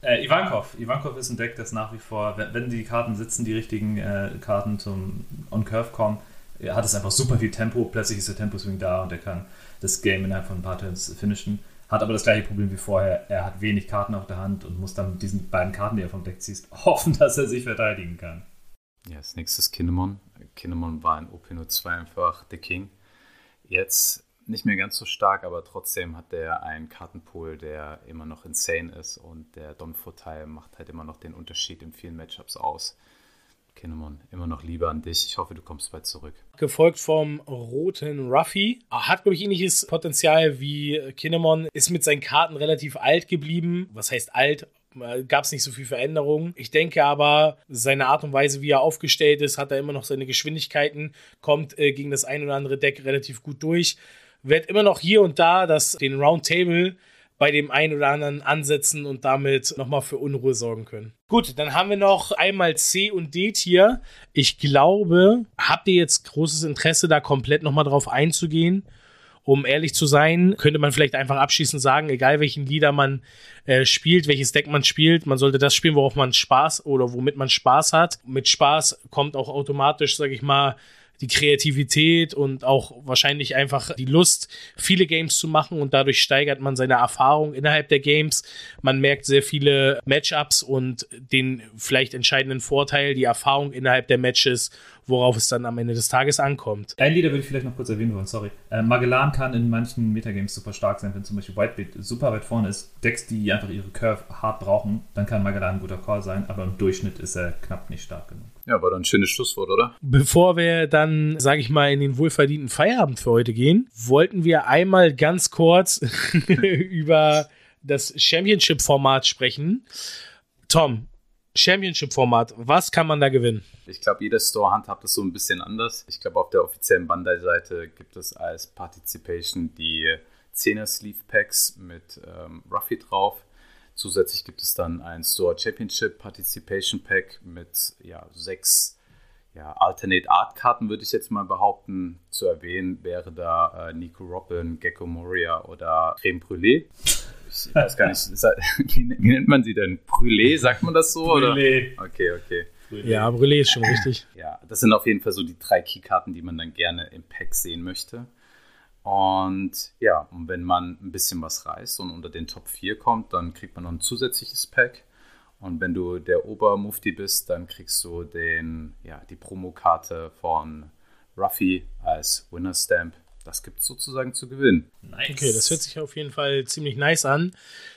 Ivankov ist ein Deck, das nach wie vor, wenn die Karten sitzen, die richtigen Karten zum On-Curve kommen, hat es einfach super viel Tempo. Plötzlich ist der Tempo-Swing da und er kann das Game innerhalb von ein paar Turns finishen. Hat aber das gleiche Problem wie vorher. Er hat wenig Karten auf der Hand und muss dann mit diesen beiden Karten, die er vom Deck zieht, hoffen, dass er sich verteidigen kann. Ja, als nächstes Kinemon. Kinemon war in OP02 einfach der King. Jetzt nicht mehr ganz so stark, aber trotzdem hat er einen Kartenpool, der immer noch insane ist und der Don-Vorteil macht halt immer noch den Unterschied in vielen Matchups aus. Kinemon, immer noch Liebe an dich. Ich hoffe, du kommst bald zurück. Gefolgt vom roten Ruffy. Hat, glaube ich, ähnliches Potenzial wie Kinemon. Ist mit seinen Karten relativ alt geblieben. Was heißt alt? Gab es nicht so viel Veränderungen. Ich denke aber, seine Art und Weise, wie er aufgestellt ist, hat er immer noch seine Geschwindigkeiten, kommt gegen das ein oder andere Deck relativ gut durch. Wird immer noch hier und da den Roundtable bei dem einen oder anderen ansetzen und damit nochmal für Unruhe sorgen können. Gut, dann haben wir noch einmal C und D-Tier. Ich glaube, habt ihr jetzt großes Interesse, da komplett nochmal drauf einzugehen? Um ehrlich zu sein, könnte man vielleicht einfach abschließend sagen, egal welchen Leader man spielt, welches Deck man spielt, man sollte das spielen, worauf man Spaß oder womit man Spaß hat. Mit Spaß kommt auch automatisch, sage ich mal, die Kreativität und auch wahrscheinlich einfach die Lust, viele Games zu machen und dadurch steigert man seine Erfahrung innerhalb der Games. Man merkt sehr viele Matchups und den vielleicht entscheidenden Vorteil, die Erfahrung innerhalb der Matches, worauf es dann am Ende des Tages ankommt. Ein Leader würde ich vielleicht noch kurz erwähnen wollen, sorry. Magellan kann in manchen Metagames super stark sein, wenn zum Beispiel Whitebeard super weit vorne ist. Decks, die einfach ihre Curve hart brauchen, dann kann Magellan ein guter Call sein, aber im Durchschnitt ist er knapp nicht stark genug. Ja, war doch ein schönes Schlusswort, oder? Bevor wir dann, sage ich mal, in den wohlverdienten Feierabend für heute gehen, wollten wir einmal ganz kurz über das Championship-Format sprechen. Tom, Championship-Format, was kann man da gewinnen? Ich glaube, jeder Store handhabt das so ein bisschen anders. Ich glaube, auf der offiziellen Bandai-Seite gibt es als Participation die 10er Sleeve Packs mit Ruffy drauf. Zusätzlich gibt es dann ein Store Championship Participation Pack mit 6 Alternate Art Karten, würde ich jetzt mal behaupten. Zu erwähnen wäre da Nico Robin, Gecko Moria oder Creme Brûlée. Ich weiß gar nicht, wie nennt man sie denn? Brûlée, sagt man das so? Brûlée. Oder? Okay. Brûlée. Ja, Brûlée ist schon richtig. Ja, das sind auf jeden Fall so die 3 Keykarten, die man dann gerne im Pack sehen möchte. Und wenn man ein bisschen was reißt und unter den Top 4 kommt, dann kriegt man noch ein zusätzliches Pack. Und wenn du der Obermufti bist, dann kriegst du die Promokarte von Ruffy als Winner Stamp. Das gibt es sozusagen zu gewinnen. Nice. Okay, das hört sich auf jeden Fall ziemlich nice an.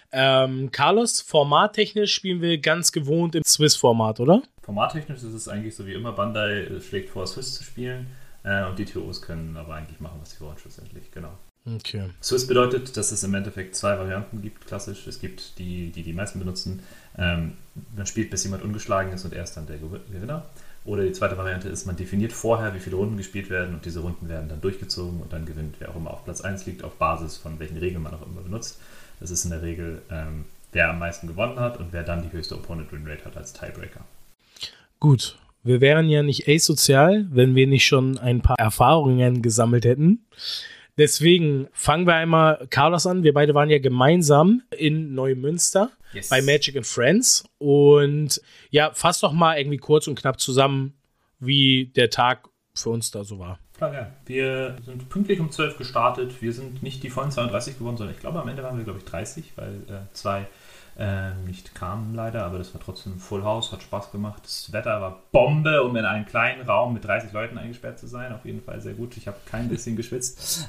Carlos, formattechnisch spielen wir ganz gewohnt im Swiss-Format, oder? Formattechnisch ist es eigentlich so wie immer. Bandai schlägt vor, Swiss zu spielen. Und die TOs können aber eigentlich machen, was sie wollen, schlussendlich. Genau. Okay. Swiss bedeutet, dass es im Endeffekt 2 Varianten gibt, klassisch. Es gibt die meisten benutzen. Man spielt, bis jemand ungeschlagen ist und er ist dann der Gewinner. Oder die zweite Variante ist, man definiert vorher, wie viele Runden gespielt werden und diese Runden werden dann durchgezogen und dann gewinnt, wer auch immer auf Platz 1 liegt, auf Basis von welchen Regeln man auch immer benutzt. Das ist in der Regel, wer am meisten gewonnen hat und wer dann die höchste Opponent-Win-Rate hat als Tiebreaker. Gut, wir wären ja nicht asozial, wenn wir nicht schon ein paar Erfahrungen gesammelt hätten. Deswegen fangen wir einmal Carlos an. Wir beide waren ja gemeinsam in Neumünster bei Magic and Friends. Und ja, fass doch mal irgendwie kurz und knapp zusammen, wie der Tag für uns da so war. Klar, ja. Wir sind pünktlich um 12 gestartet. Wir sind nicht die vollen 32 geworden, sondern ich glaube, am Ende waren wir, 30, weil 2 nicht kamen leider, aber das war trotzdem Full House, hat Spaß gemacht. Das Wetter war Bombe, um in einem kleinen Raum mit 30 Leuten eingesperrt zu sein. Auf jeden Fall sehr gut. Ich habe kein bisschen geschwitzt.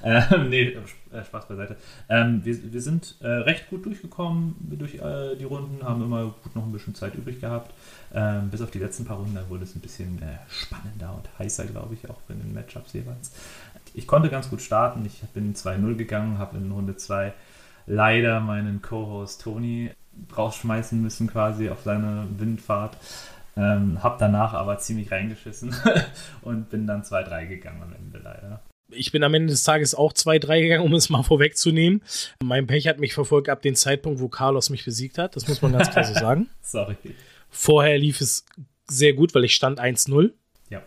Spaß beiseite. Wir sind recht gut durchgekommen durch die Runden, haben immer gut noch ein bisschen Zeit übrig gehabt. Bis auf die letzten paar Runden, da wurde es ein bisschen spannender und heißer, glaube ich, auch in den Matchups jeweils. Ich konnte ganz gut starten. Ich bin 2-0 gegangen, habe in Runde 2 leider meinen Co-Host Toni rausschmeißen müssen quasi auf seine Windfahrt. Hab danach aber ziemlich reingeschissen und bin dann 2-3 gegangen am Ende leider. Ich bin am Ende des Tages auch 2-3 gegangen, um es mal vorwegzunehmen. Mein Pech hat mich verfolgt ab dem Zeitpunkt, wo Carlos mich besiegt hat. Das muss man ganz klar so sagen. Sorry. Vorher lief es sehr gut, weil ich stand 1-0. Ja.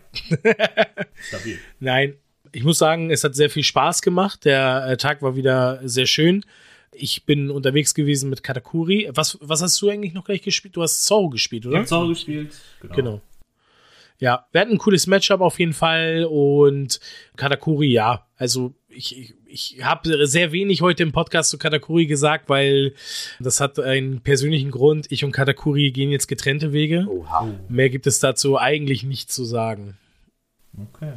Stabil. Nein, ich muss sagen, es hat sehr viel Spaß gemacht. Der Tag war wieder sehr schön. Ich bin unterwegs gewesen mit Katakuri. Was hast du eigentlich noch gleich gespielt? Du hast Zorro gespielt, oder? Ich habe Zorro gespielt, genau. Ja, wir hatten ein cooles Matchup auf jeden Fall und Katakuri, ja, also ich habe sehr wenig heute im Podcast zu Katakuri gesagt, weil das hat einen persönlichen Grund. Ich und Katakuri gehen jetzt getrennte Wege. Oha. Mehr gibt es dazu eigentlich nicht zu sagen. Okay.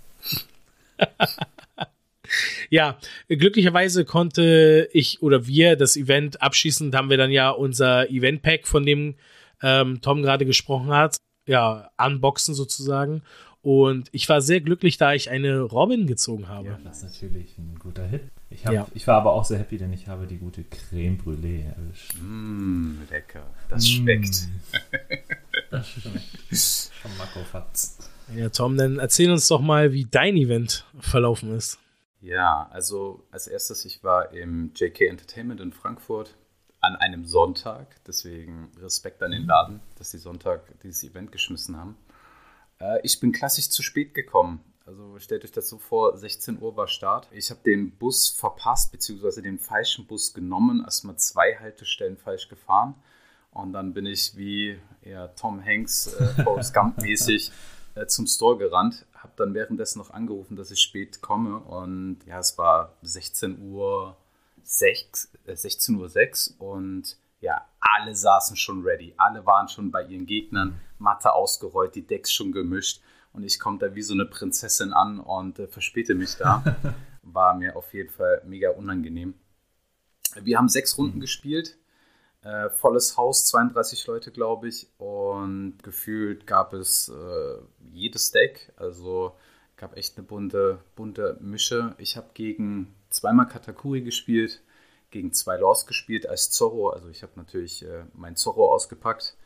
Ja, glücklicherweise konnte ich oder wir das Event abschließend haben wir dann ja unser Event-Pack, von dem Tom gerade gesprochen hat, ja, unboxen sozusagen. Und ich war sehr glücklich, da ich eine Robin gezogen habe. Ja, das ist natürlich ein guter Hit. Ich war aber auch sehr happy, denn ich habe die gute Creme Brûlée erwischt. Lecker. Das schmeckt. Das schmeckt. Schon Makrofatz. Ja, Tom, dann erzähl uns doch mal, wie dein Event verlaufen ist. Ja, also als erstes, ich war im JK Entertainment in Frankfurt an einem Sonntag. Deswegen Respekt an den Laden, dass die Sonntag dieses Event geschmissen haben. Ich bin klassisch zu spät gekommen. Also stellt euch das so vor, 16 Uhr war Start. Ich habe den Bus verpasst, beziehungsweise den falschen Bus genommen. Erstmal 2 Haltestellen falsch gefahren. Und dann bin ich wie Tom Hanks, Forrest Gump-mäßig zum Store gerannt. Habe dann währenddessen noch angerufen, dass ich spät komme. Und ja, es war 16:06 und ja, alle saßen schon ready. Alle waren schon bei ihren Gegnern, Matte ausgerollt, die Decks schon gemischt. Und ich komme da wie so eine Prinzessin an und verspäte mich da. War mir auf jeden Fall mega unangenehm. Wir haben 6 Runden gespielt. Volles Haus, 32 Leute, glaube ich. Und gefühlt gab es jedes Deck. Also gab echt eine bunte Mische. Ich habe gegen 2-mal Katakuri gespielt, gegen 2 Lost gespielt als Zorro. Also ich habe natürlich mein Zorro ausgepackt.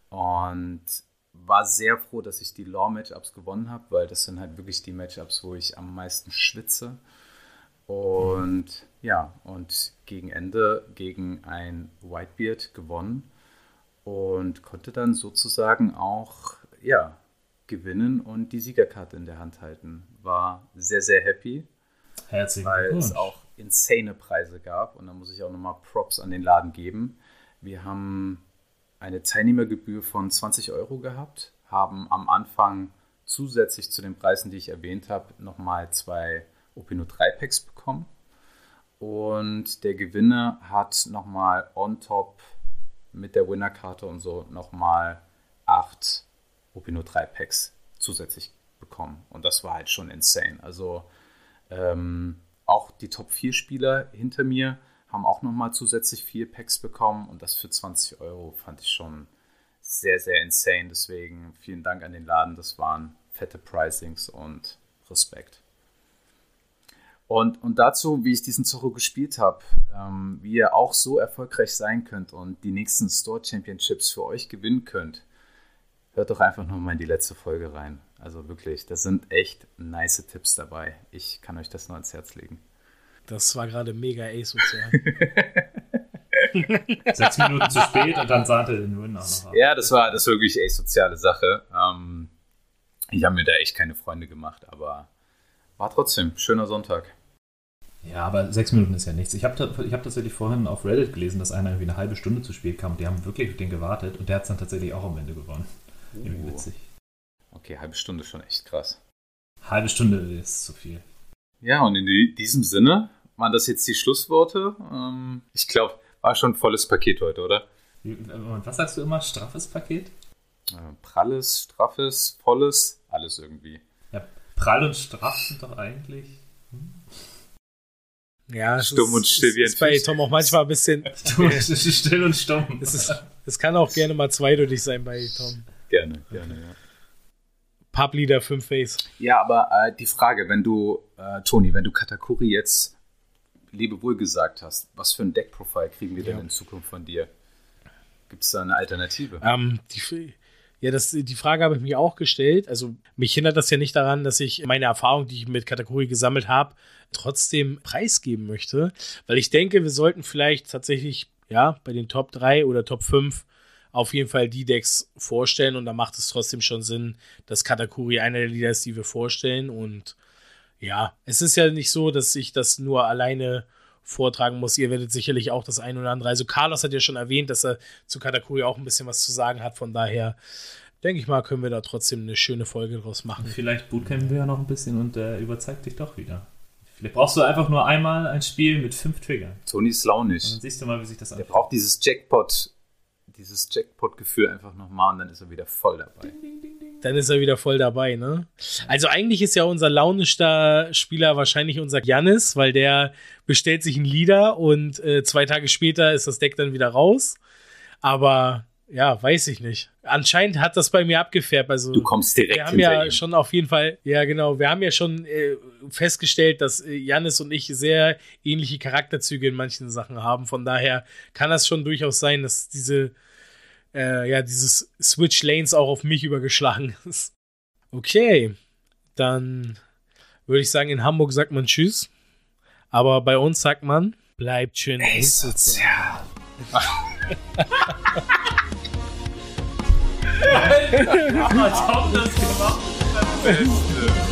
und war sehr froh, dass ich die Law-Matchups gewonnen habe, weil das sind halt wirklich die Matchups, wo ich am meisten schwitze. Und ja, und gegen Ende gegen ein Whitebeard gewonnen und konnte dann sozusagen auch gewinnen und die Siegerkarte in der Hand halten. War sehr, sehr happy, weil es auch insane Preise gab. Und da muss ich auch nochmal Props an den Laden geben. Wir haben eine Teilnehmergebühr von 20 € gehabt, haben am Anfang zusätzlich zu den Preisen, die ich erwähnt habe, nochmal 2 OP03-Packs bekommen. Und der Gewinner hat nochmal on top mit der Winnerkarte und so nochmal 8 OP03-Packs zusätzlich bekommen. Und das war halt schon insane. Also auch die Top-4-Spieler hinter mir haben auch nochmal zusätzlich 4 Packs bekommen. Und das für 20 € fand ich schon sehr, sehr insane. Deswegen vielen Dank an den Laden. Das waren fette Pricings und Respekt. Und dazu, wie ich diesen Zorro gespielt habe, wie ihr auch so erfolgreich sein könnt und die nächsten Store Championships für euch gewinnen könnt, hört doch einfach nochmal in die letzte Folge rein. Also wirklich, da sind echt nice Tipps dabei. Ich kann euch das nur ans Herz legen. Das war gerade mega asozial. 6 Minuten zu spät und dann sahnte den Win auch noch ab. Ja, das war wirklich asoziale Sache. Ich habe mir da echt keine Freunde gemacht, aber war trotzdem schöner Sonntag. Ja, aber 6 Minuten ist ja nichts. Ich hab tatsächlich vorhin auf Reddit gelesen, dass einer irgendwie eine halbe Stunde zu spät kam und die haben wirklich auf den gewartet und der hat es dann tatsächlich auch am Ende gewonnen. Irgendwie witzig. Okay, halbe Stunde ist schon echt krass. Halbe Stunde ist zu viel. Ja, und in diesem Sinne waren das jetzt die Schlussworte. Ich glaube, war schon ein volles Paket heute, oder? Und was sagst du immer? Straffes Paket? Pralles, straffes, volles, alles irgendwie. Ja, prall und straff sind doch eigentlich... Ja, stumm und still wie ein ist bei Tom auch manchmal ein bisschen... Still und stumm. Es kann auch gerne mal zweideutig sein bei Tom. Gerne, ja. Pub-Leader 5 Face. Ja, aber die Frage, wenn du, Toni, wenn du Katakuri jetzt Lebewohl gesagt hast, was für ein Deck-Profile kriegen wir denn in Zukunft von dir? Gibt es da eine Alternative? Die Frage habe ich mir auch gestellt. Also mich hindert das ja nicht daran, dass ich meine Erfahrung, die ich mit Katakuri gesammelt habe, trotzdem preisgeben möchte. Weil ich denke, wir sollten vielleicht tatsächlich bei den Top 3 oder Top 5 auf jeden Fall die Decks vorstellen. Und da macht es trotzdem schon Sinn, dass Katakuri einer der Lieder ist, die wir vorstellen. Und ja, es ist ja nicht so, dass ich das nur alleine vortragen muss. Ihr werdet sicherlich auch das ein oder andere. Also Carlos hat ja schon erwähnt, dass er zu Katakuri auch ein bisschen was zu sagen hat. Von daher denke ich mal, können wir da trotzdem eine schöne Folge draus machen. Vielleicht bootcampen wir ja noch ein bisschen und überzeugt dich doch wieder. Vielleicht brauchst du einfach nur einmal ein Spiel mit 5 Triggern. Toni ist launig. Und dann siehst du mal, wie sich das anfühlt. Der braucht dieses Jackpot-Gefühl einfach nochmal und dann ist er wieder voll dabei. Dann ist er wieder voll dabei, ne? Also eigentlich ist ja unser launischster Spieler wahrscheinlich unser Giannis, weil der bestellt sich ein Lieder und 2 Tage später ist das Deck dann wieder raus. Aber ja, weiß ich nicht. Anscheinend hat das bei mir abgefärbt. Also, du kommst direkt wir haben ja schon auf jeden Fall, ja genau, wir haben ja schon festgestellt, dass Giannis und ich sehr ähnliche Charakterzüge in manchen Sachen haben. Von daher kann das schon durchaus sein, dass dieses Switch Lanes auch auf mich übergeschlagen ist. Okay, dann würde ich sagen, in Hamburg sagt man Tschüss, aber bei uns sagt man, bleibt schön asozial. Alter, was hat das gemacht?